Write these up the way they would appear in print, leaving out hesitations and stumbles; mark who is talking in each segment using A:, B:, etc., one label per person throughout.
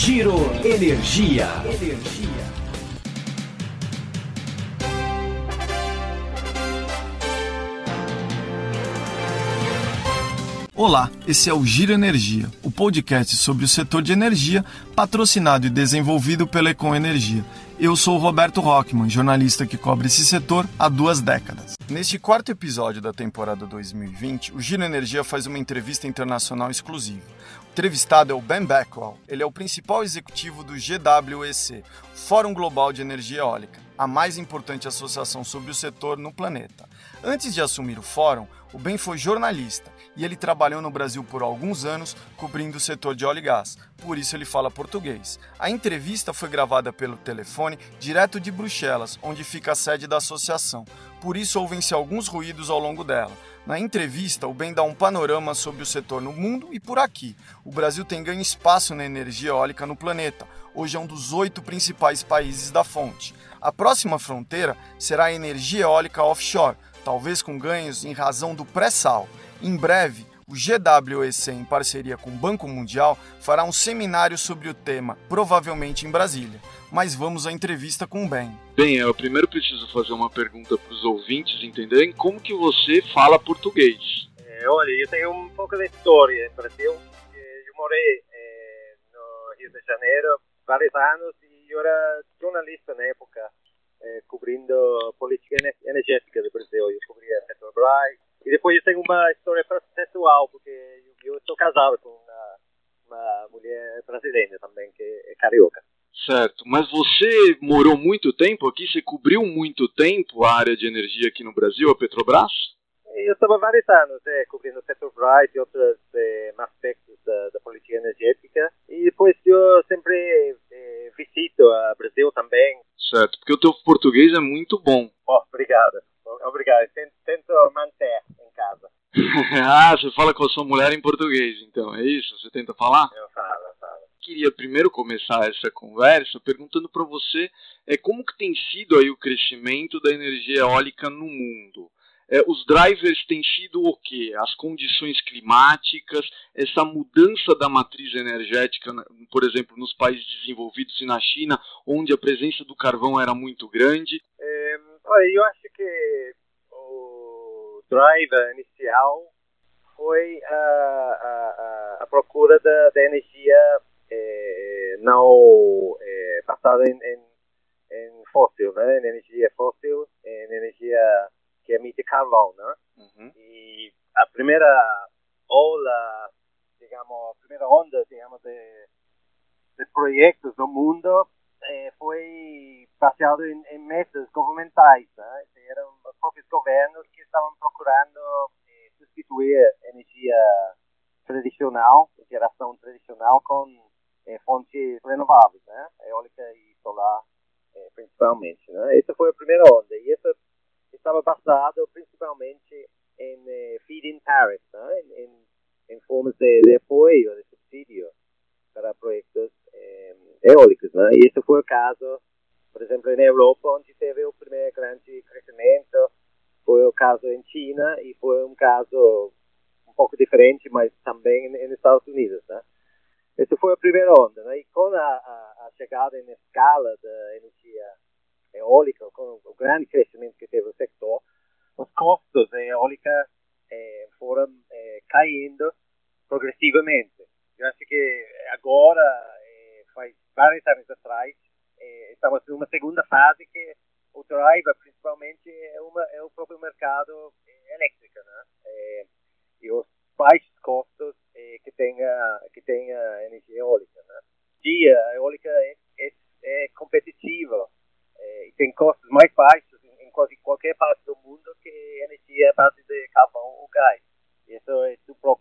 A: Giro Energia.
B: Olá, esse é o Giro Energia, o podcast sobre o setor de energia, patrocinado e desenvolvido pela Econ Energia. Eu sou o Roberto Rockman, jornalista que cobre esse setor há 2 décadas. Neste 4º episódio da temporada 2020, o Giro Energia faz uma entrevista internacional exclusiva. O entrevistado é o Ben Beckwell. Ele é o principal executivo do GWEC, Fórum Global de Energia Eólica, a mais importante associação sobre o setor no planeta. Antes de assumir o fórum, o Ben foi jornalista e ele trabalhou no Brasil por alguns anos cobrindo o setor de óleo e gás, por isso ele fala português. A entrevista foi gravada pelo telefone direto de Bruxelas, onde fica a sede da associação, por isso ouvem-se alguns ruídos ao longo dela. Na entrevista, o Ben dá um panorama sobre o setor no mundo e por aqui. O Brasil tem ganho espaço na energia eólica no planeta, hoje é um dos 8 principais países da fonte. A próxima fronteira será a energia eólica offshore, talvez com ganhos em razão do pré-sal. Em breve, o GWEC, em parceria com o Banco Mundial, fará um seminário sobre o tema, provavelmente em Brasília. Mas vamos à entrevista com o Ben.
C: Bem, eu primeiro preciso fazer uma pergunta para os ouvintes entenderem como que você fala português.
D: Olha, eu tenho um pouco de história no Brasil. Eu morei no Rio de Janeiro vários anos e eu era jornalista na época, cobrindo política energética do Brasil. Eu cobria a Petrobras. E depois eu tenho uma história pessoal, porque eu sou casado com uma mulher brasileira também, que é carioca.
C: Certo, mas você morou muito tempo aqui? Você cobriu muito tempo a área de energia aqui no Brasil, a Petrobras?
D: Eu estava vários anos cobrindo a Petrobras e outros aspectos da política energética. E depois eu sempre visito o Brasil também.
C: Certo, porque o teu português é muito bom.
D: Obrigado. Obrigado. Tento manter em casa.
C: Ah, você fala com a sua mulher em português, então, é isso? Você tenta falar?
D: Eu falo.
C: Queria primeiro começar essa conversa perguntando para você como que tem sido aí o crescimento da energia eólica no mundo. Os drivers têm sido o quê? As condições climáticas, essa mudança da matriz energética, por exemplo, nos países desenvolvidos e na China, onde a presença do carvão era muito grande.
D: Eu acho que o driver inicial foi a procura da energia não basada em fóssil, né? Em energia fóssil, em energia que emite carvão, né?
C: Uhum.
D: E a primeira onda, de projetos no mundo foi baseado em metas governamentais, né? Eram os próprios governos que estavam procurando substituir energia tradicional, geração tradicional, com fontes renováveis, né? Eólica e solar, principalmente, né? Essa foi a primeira onda, e essa estava basado principalmente em feed-in tariffs, né? em formas de apoio, de subsídio para projetos eólicos, né? E esse foi o caso, por exemplo, na Europa, onde teve o primeiro grande crescimento, foi o caso em China e foi um caso um pouco diferente, mas também nos Estados Unidos, né? Essa foi a primeira onda, né? E com a chegada em escala da energia eólica, com o grande crescimento que teve o sector, os custos da eólica foram caindo progressivamente. Eu acho que agora, faz vários anos atrás, estamos em uma segunda fase que o driver, principalmente, é o próprio mercado elétrico, né? E os baixos custos que tem a energia eólica, né? A eólica é competitiva e tem custos mais baixos em qualquer parte do mundo que energia à base de carvão ou gás. Isso é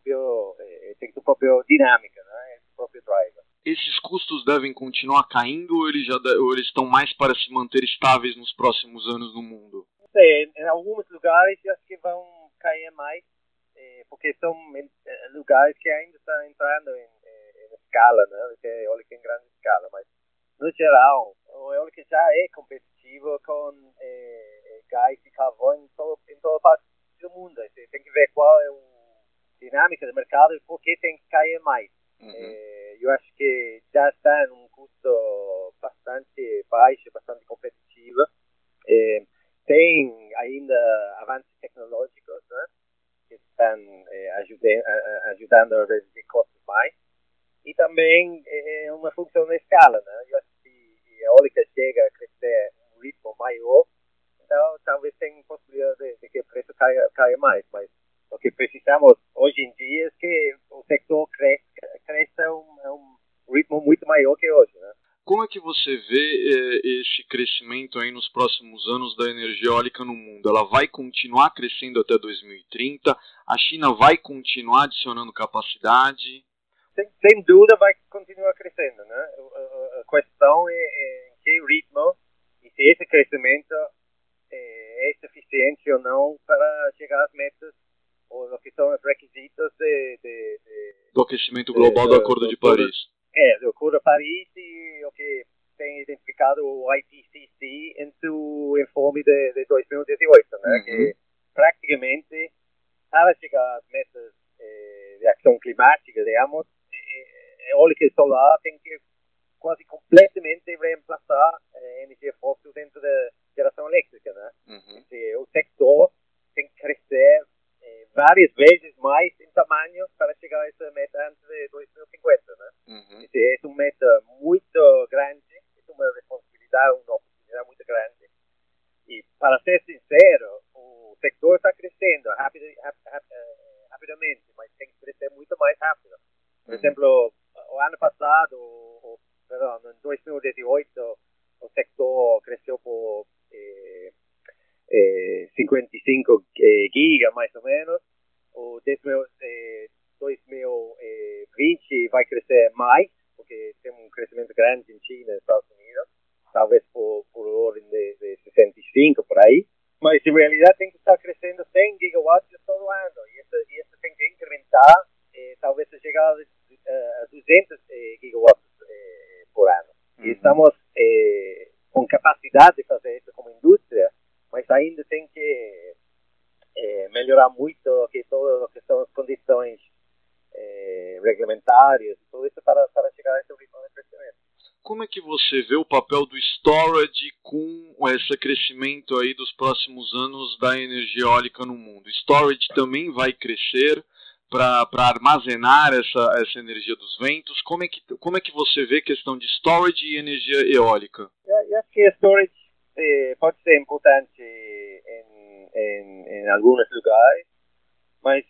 D: tem sua própria dinâmica, né? É o próprio driver.
C: Esses custos devem continuar caindo ou eles estão mais para se manter estáveis nos próximos anos no mundo?
D: Em alguns lugares eu acho que vão cair mais, porque são lugares que ainda estão entrando em escala, né? Que é eólica em grande escala, mas no geral, o eólica já é competitivo com gás e carvão em toda parte do mundo. Você tem que ver qual é a dinâmica do mercado e por que tem que cair mais.
C: Uhum.
D: eu acho que já está num custo bastante baixo, bastante competitivo. Tem ainda avanços tecnológicos, né, que estão ajudando a reduzir custos mais. E também uma função de escala, né? Eu acho que se a eólica chega a crescer a um ritmo maior, então talvez tenha possibilidade de que o preço caia mais. Mas o que precisamos hoje em dia é que o sector cresça a um ritmo muito maior que hoje, né?
C: Como é que você vê esse crescimento aí nos próximos anos da energia eólica no mundo? Ela vai continuar crescendo até 2030? A China vai continuar adicionando capacidade?
D: Sem dúvida vai continuar crescendo, né? A questão é em que ritmo e se esse crescimento é suficiente ou não para chegar às metas ou o que são os requisitos
C: do aquecimento global do Acordo de Paris.
D: Do Acordo de Paris e o que tem identificado o IPCC em seu informe de 2018, né? Que praticamente para chegar às metas de ação climática, digamos, eólica e solar tem que quase completamente reemplaçar a energia fóssil dentro da geração elétrica, né? O sector tem que crescer várias vezes mais em tamanho para chegar a essa meta antes de 2050, né? É uma meta muito grande, é uma responsabilidade, uma oportunidade muito grande. E para ser sincero, o sector está crescendo rapidamente, mas tem que crescer muito mais rápido. Por exemplo, o ano passado, em 2018, o sector cresceu por 55 gigas, mais ou menos. O 2020 vai crescer mais, porque tem um crescimento grande em China e Estados Unidos, talvez por ordem de 65, por aí. Mas, em realidade, tem que estar crescendo 100 gigawatts todo ano. E isso tem que incrementar, talvez chegar a 200 gigawatts por ano. E estamos com capacidade de fazer isso como indústria, mas ainda tem que melhorar muito que todas que são as condições regulamentárias, tudo isso para chegar a esse ritmo de crescimento.
C: Como é que você vê o papel do storage com esse crescimento aí dos próximos anos da energia eólica no mundo? Storage também vai crescer para armazenar essa energia dos ventos? Como é que você vê a questão de storage e energia eólica?
D: Eu acho que a storage pode ser importante em alguns lugares, mas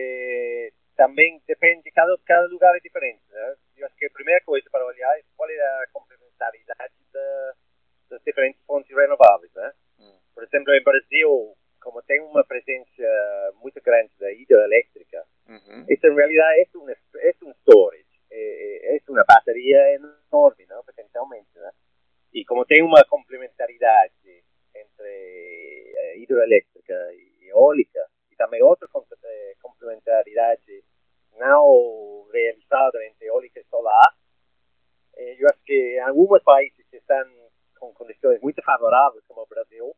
D: também depende, cada lugar é diferente, né? Eu acho que a primeira coisa para olhar é qual é a complementaridade das diferentes fontes renováveis, né? Por exemplo, em Brasil, como tem uma presença muito grande da hidroelétrica, isso em realidade é um storage, é uma bateria enorme, né? Potencialmente, né? E como tem uma complementaridade entre hidroelétrica e eólica, e também outra complementaridade não realizada entre eólica e solar, eu acho que em alguns países que estão com condições muito favoráveis, como o Brasil,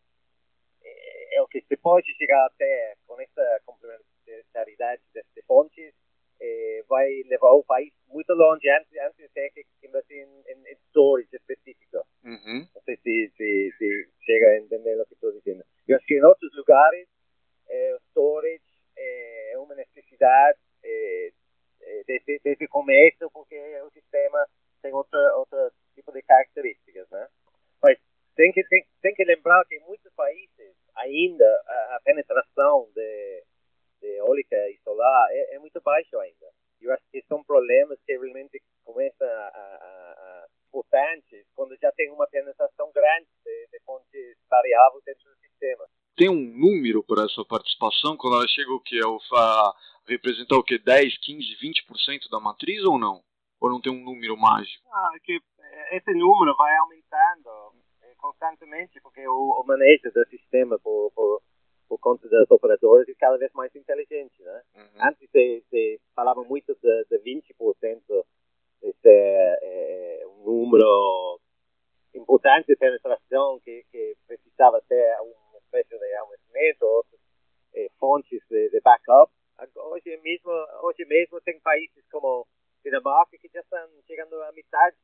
D: é o que se pode chegar até com essa complementaridade de fontes, vai levar o país muito longe antes de ter que investir em storage específico. Não sei se chega a entender o que estou dizendo. Eu acho que em outros lugares o storage é uma necessidade desde o começo, porque o sistema tem outro tipo de características, né? Mas tem que lembrar que em muitos países ainda a penetração de eólica e solar é muito baixa ainda. Eu acho que são problemas que realmente começam a importantes quando já tem uma penetração grande de fontes variáveis dentro do sistema.
C: Tem um número para essa participação, quando ela chega o quê? A representar o quê? 10, 15, 20% da matriz ou não? Ou não tem um número mágico?
D: Que esse número vai aumentando constantemente, porque o manejo do sistema por conta das operadoras é cada vez mais inteligente, né? Antes se falava muito de 20%, esse é um número importante de penetração que precisava ter uma espécie de armazenamento, outras fontes de backup. Hoje mesmo tem países como Dinamarca, que já estão chegando à metade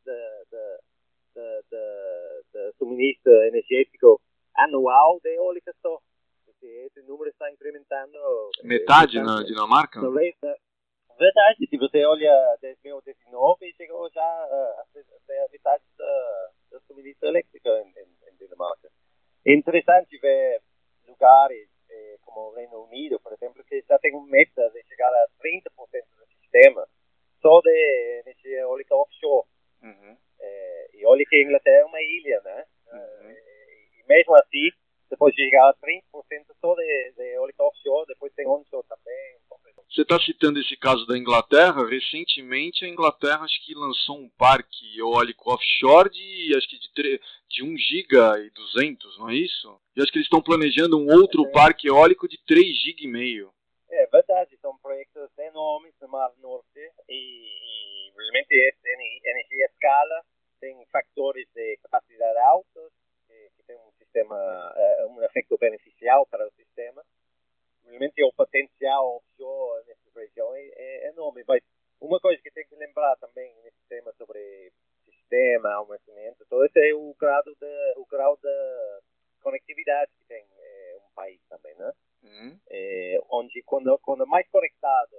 D: do suministro energético anual de eólica só. Esse número está incrementando.
C: Metade na Dinamarca?
D: Verdade, se você olha 2019, chegou já até a metade do suministro elétrico em Dinamarca. É interessante ver lugares como o Reino Unido, por exemplo, que já tem uma meta de chegar a 30% do sistema só de energia eólica offshore.
C: Uhum.
D: E olha que a Inglaterra é uma ilha, né? E mesmo assim, depois de chegar a 30% só de eólica offshore, depois tem onshore também.
C: Você está citando esse caso da Inglaterra. Recentemente, a Inglaterra acho que lançou um parque eólico offshore de 1 giga e 200, não é isso? E acho que eles estão planejando um outro parque eólico de 3 giga e meio.
D: É verdade, são projetos enormes no Mar Norte e realmente essa energia a escala tem fatores de capacidade altos, que tem um sistema, um efeito beneficial para o sistema. Realmente o potencial offshore nessas regiões é enorme. Mas uma coisa que tem que lembrar também nesse tema sobre sistema, armazenamento, todo isso é o grau de conectividade que tem um país também, né? Onde quando mais conectado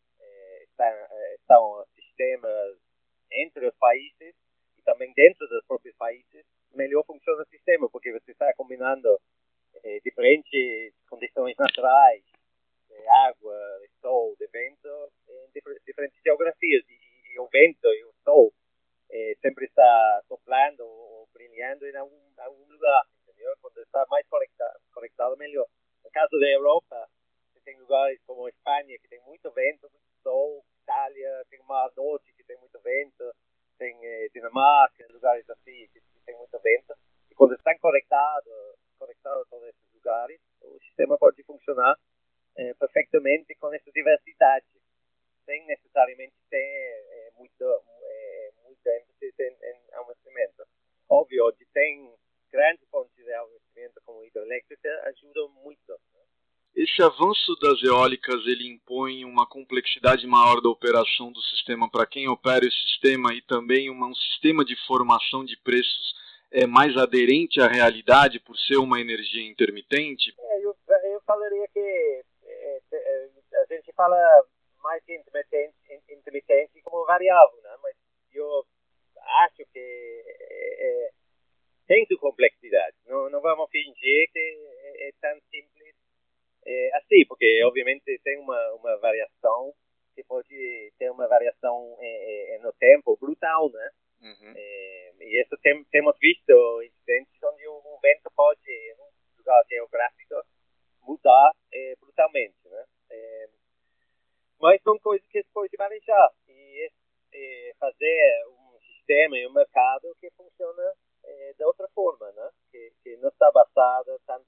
D: estão os sistemas entre os países e também dentro dos próprios países, melhor funciona o sistema, porque você está combinando diferentes condições naturais, de água, de sol, de vento, em diferentes geografias. E o vento e o sol sempre está soplando ou brilhando em algum lugar, entendeu? Quando está mais conectado, melhor. No caso da Europa, você tem lugares como Espanha, que tem muito vento, muito sol, Itália, tem o Mar Norte, que tem muito vento, tem Dinamarca, lugares assim, que tem muito vento. E quando estão conectados a todos esses lugares, o sistema pode funcionar perfeitamente com essa diversidade, sem necessariamente ter muita ênfase em armazenamento. Óbvio, hoje tem grandes fontes de armazenamento como hidroelétrica, ajudam muito.
C: Esse avanço das eólicas, ele impõe uma complexidade maior da operação do sistema para quem opera esse sistema e também um sistema de formação de preços mais aderente à realidade por ser uma energia intermitente?
D: Eu falaria que a gente fala mais de intermitente como variável, né? Mas eu acho que tem sua complexidade. Não vamos fingir que é tão simples assim, porque obviamente tem uma variação que pode ter uma variação no tempo brutal, né? Uhum. E isso temos visto incidentes onde o vento pode, em um lugar geográfico, mudar brutalmente, né? Mas são coisas que se pode manejar e fazer um sistema e um mercado que funciona de outra forma, né? Que não está basado tanto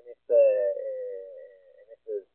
D: nessas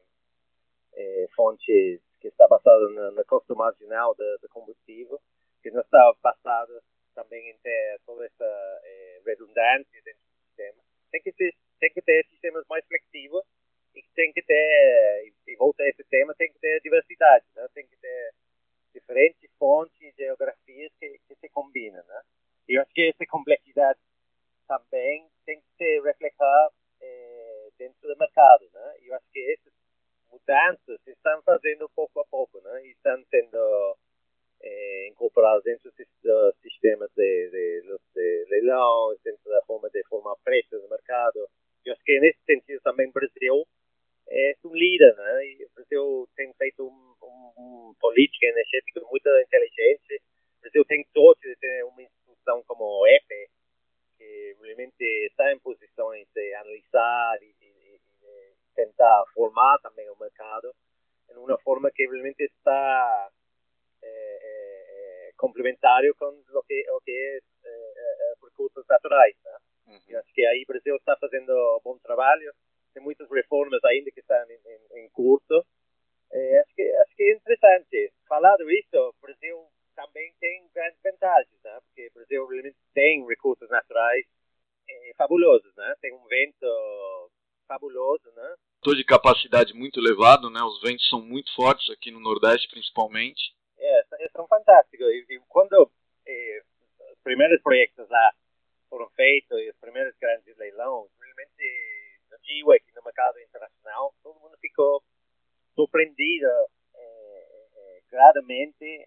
D: fontes, que está basado no custo marginal do combustível, que não está basado também em ter toda essa redundância dentro do sistema. Tem que ter sistemas mais flexíveis e tem que ter, e volta a esse tema, tem que ter diversidade, né? Tem que ter diferentes fontes e geografias que se combinam, né? E eu acho que essa complexidade também tem que se refletir dentro do mercado, né? E eu acho que essas mudanças se estão fazendo pouco a pouco, né? E estão sendo incorporadas dentro dos sistemas de leilão, dentro da forma de formar preços no mercado. Eu acho que nesse sentido também o Brasil é um líder, né? E o Brasil tem feito uma política energética muito inteligente. O Brasil tem sorte de ter uma instituição como o EPE, que realmente está em posições de analisar e tentar formar também o mercado em uma forma que realmente está complementário com o que é recursos naturais, né? Uhum. Eu acho que aí o Brasil está fazendo um bom trabalho, tem muitas reformas ainda que estão em curso. Acho que é interessante. Falado isso, o Brasil também tem grandes vantagens, né? Porque o Brasil realmente tem recursos naturais fabulosos, né? Tem um vento fabuloso, né?
C: De capacidade muito elevado, né? Os ventos são muito fortes aqui no Nordeste, principalmente.
D: são fantásticos. E quando os primeiros projetos lá foram feitos e os primeiros grandes leilões, realmente no GWEC e no mercado internacional, todo mundo ficou surpreendido gratamente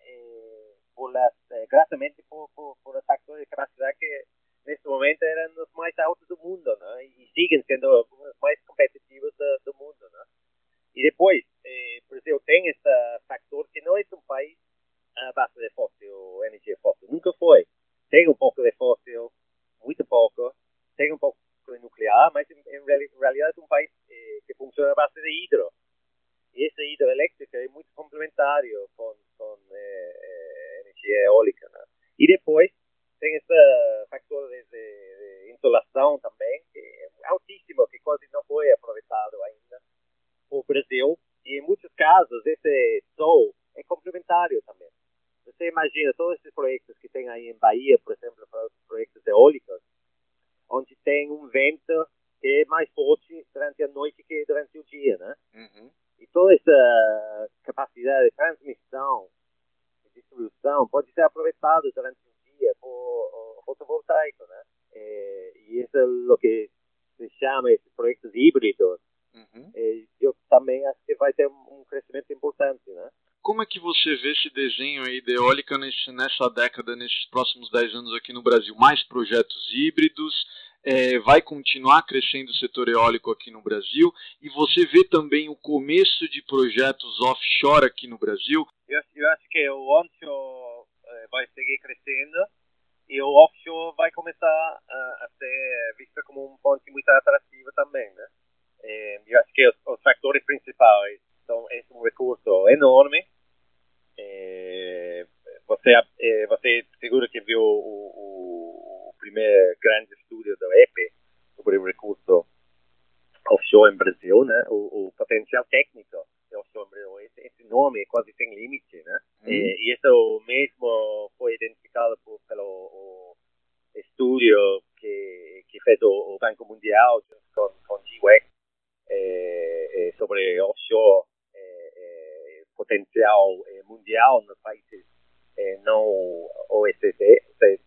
D: por os factores de capacidade que neste momento eram os mais altos do mundo, né? E seguem sendo os mais competitivos do mundo, né? E depois, o Brasil tem esse factor que não é um país a base de fóssil, energia fóssil, nunca foi. Tem um pouco de fóssil, muito pouco, tem um pouco de nuclear, mas em realidade é um país que funciona a base de hidro. E essa hidroelétrica é muito complementário com energia eólica, né? E depois tem esse factor de insolação também, que é altíssimo, que quase não foi aproveitado ainda por Brasil. E em muitos casos esse sol é complementário também. Você imagina todos esses projetos que tem aí em Bahia, por exemplo, projetos eólicos, onde tem um vento que é mais forte durante a noite que durante o dia, né?
C: Uhum.
D: E toda essa capacidade de transmissão e distribuição pode ser aproveitada durante o dia por fotovoltaico, né? E isso é o que se chama esses projetos híbridos.
C: Uhum.
D: Eu também acho que vai ter um crescimento importante, né?
C: Como é que você vê esse desenho aí de eólica nessa década, nesses próximos 10 anos aqui no Brasil? Mais projetos híbridos, vai continuar crescendo o setor eólico aqui no Brasil, e você vê também o começo de projetos offshore aqui no Brasil?
D: Eu acho que o onshore vai seguir crescendo e o offshore vai começar a ser visto como um ponto muito atrativo também, né? Eu acho que os fatores principais são esse recurso enorme. Você seguro que viu o primeiro grande estudo do EPE sobre o recurso offshore em Brasil, né? O potencial técnico de offshore em Brasil é enorme, é quase sem limite, né? E isso mesmo foi identificado pelo estudo que fez o Banco Mundial com GWEC sobre offshore, potencial mundial nos países não OECD,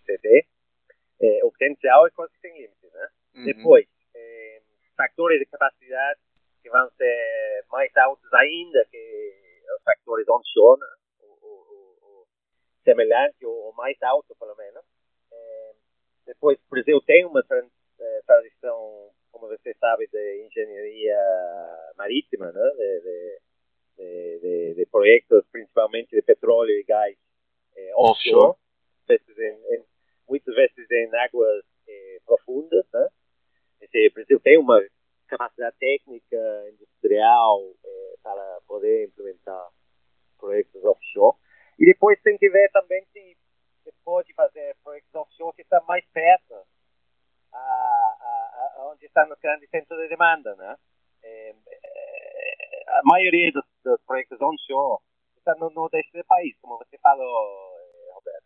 D: o potencial é quase sem limite, né?
C: Uhum.
D: Depois, fatores de capacidade que vão ser mais altos ainda que os fatores onshore, né? o semelhante ou mais alto, pelo menos. Depois, o Brasil tem uma tradição, como você sabe, de engenharia marítima, né? De projetos, principalmente de petróleo e gás offshore, muitas vezes em águas profundas, né? O Brasil tem uma capacidade técnica, industrial, para poder implementar projetos offshore. E depois tem que ver também se pode fazer projetos offshore que estão mais perto onde estão os grandes centros de demanda, né? A maioria dos projetos onshore está no nordeste do país, como você falou, Roberto.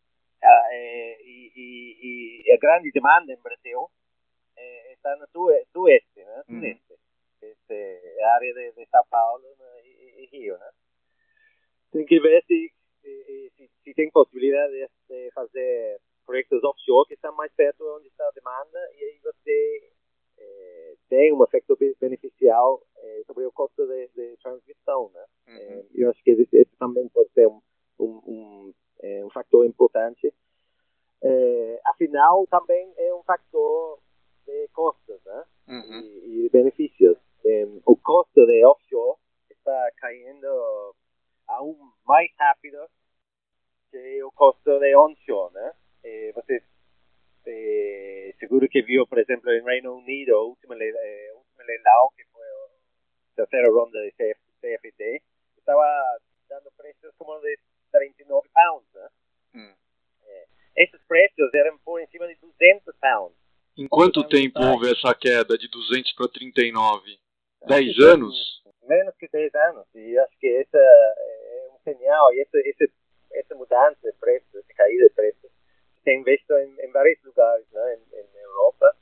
D: E a grande demanda em Brasil está no sudeste, né? Sudeste. A área de São Paulo, né? e Rio, né? Tem que ver se tem possibilidade de fazer projetos offshore que estão mais perto onde está a demanda, e aí você tem um efeito beneficial sobre o custo de transmissão, né?
C: Uhum.
D: Eu acho que esse também pode ser um fator importante. Afinal, também é um fator de custos, né?
C: Uhum.
D: E benefícios. O custo de offshore está caindo aún mais rápido que o custo de onshore, né? Você seguro que viu, por exemplo, em Reino Unido, o último leilão, que foi a terceira ronda de CFD, estava dando preços como de 39 pounds, né? Esses preços eram por em cima de 200 pounds.
C: Em quanto tempo houve essa queda de 200 para 39? 10 anos?
D: Menos que 10 anos. E acho que esse é um sinal. E essa mudança de preços, essa caída de preços, tem visto em vários lugares, né? em Europa,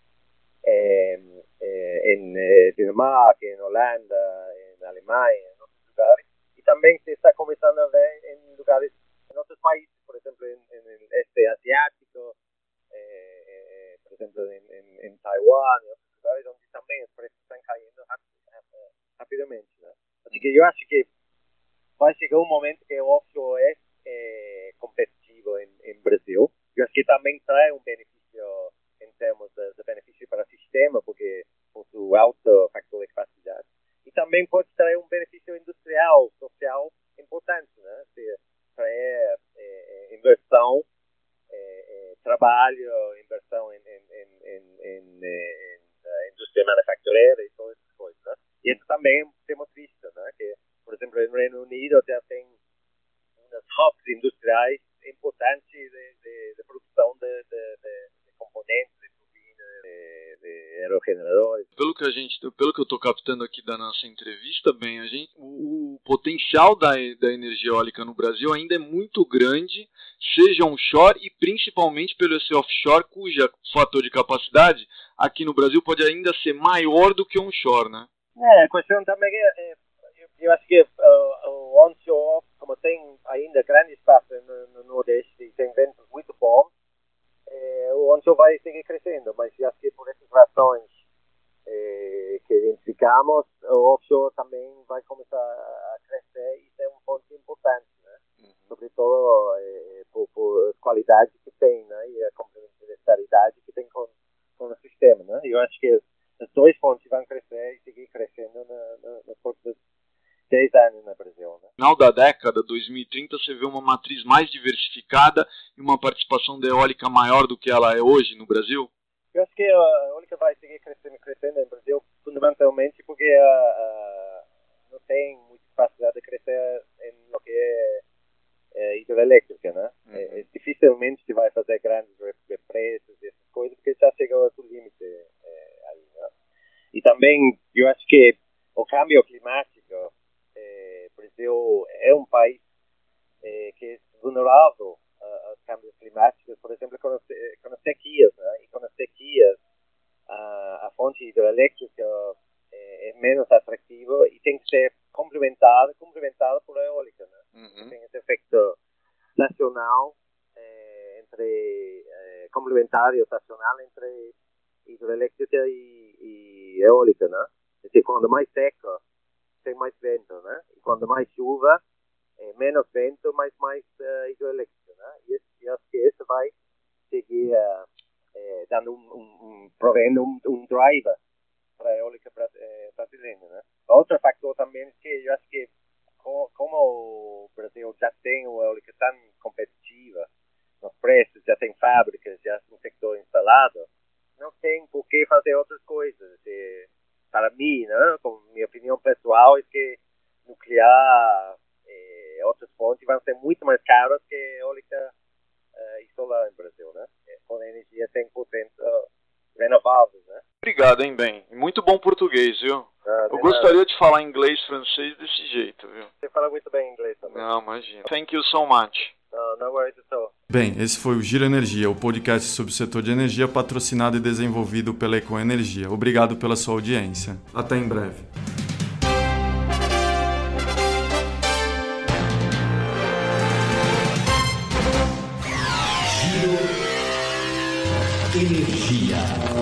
D: em Dinamarca, em Holanda, em Alemanha, em outros lugares. E também se está começando a ver em lugares En otros países, por ejemplo, en el este asiático, por ejemplo, en Taiwán y otros lugares donde también los precios están cayendo rápidamente, ¿no? Así que yo acho que vai chegar um momento que o offshore é competitivo em Brasil. Eu acho que também traz benefício em termos de benefício para o sistema, porque por seu alto factor de capacidade. E também pode trazer benefício industrial, social importante, né? Trazer inversão, trabalho, inversão em indústria manufactureira e todas essas coisas, né? E isso também temos visto, né? Que, por exemplo, no Reino Unido já tem umas hubs industriais importantes de produção de componentes, de turbinas, de aerogeneradores.
C: Pelo que eu estou captando aqui da nossa entrevista, o potencial da energia eólica no Brasil ainda é muito grande, seja onshore e principalmente pelo esse offshore, cuja fator de capacidade aqui no Brasil pode ainda ser maior do que onshore, né?
D: A questão também eu acho que o onshore, como tem ainda grande espaço no Nordeste e tem ventos muito bons, o onshore vai seguir crescendo, mas eu acho que por essas razões que identificamos, o offshore também vai começar a crescer e isso é um ponto importante, né? Sobretudo por qualidade que tem, né? E a complementaridade que tem com o sistema, né? Eu acho que os dois pontos vão crescer e seguir crescendo nos próximos 10 anos no Brasil, né?
C: No final da década, 2030, você vê uma matriz mais diversificada e uma participação da eólica maior do que ela é hoje no Brasil?
D: Eu acho que a eólica vai seguir crescendo no Brasil, fundamentalmente porque não tem muita capacidade de crescer em o que é hidroelétrica, né? Dificilmente se vai fazer grandes represas e essas coisas, porque já chegou ao seu limite aí, né? E também, eu acho que o câmbio climático, o Brasil é um país que é vulnerável aos câmbios climáticos, por exemplo, com as sequias, né? E com as sequias, a fonte hidroelétrica é menos atrativa e tem que ser complementada por a eólica, né? Tem esse efeito nacional complementar estacional entre hidroelétrica e eólica, né? Quer dizer, quando mais seca, tem mais vento, né? E quando mais chuva, menos vento, mas mais hidroelétrica, né? E acho que isso vai seguir dando provendo um driver para a eólica brasileira, né? Outro fator também é que eu acho que como o Brasil já tem uma eólica tão competitiva nos preços, já tem fábricas, já tem um sector instalado, não tem por que fazer outras coisas. Para mim, né, com minha opinião pessoal, é que nuclear e outras fontes vão ser muito mais caras que eólica e solar no Brasil, né? Com energia 100% renovável, né?
C: Obrigado, hein, Ben? Muito bom português, viu? Eu gostaria de falar inglês, francês desse jeito, viu?
D: Você fala muito bem inglês também.
C: Não, imagina. Thank you so much.
D: No worries at all.
B: Bem, esse foi o Giro Energia, o podcast sobre o setor de energia patrocinado e desenvolvido pela Econ Energia. Obrigado pela sua audiência. Até em breve.
A: Giro Energia.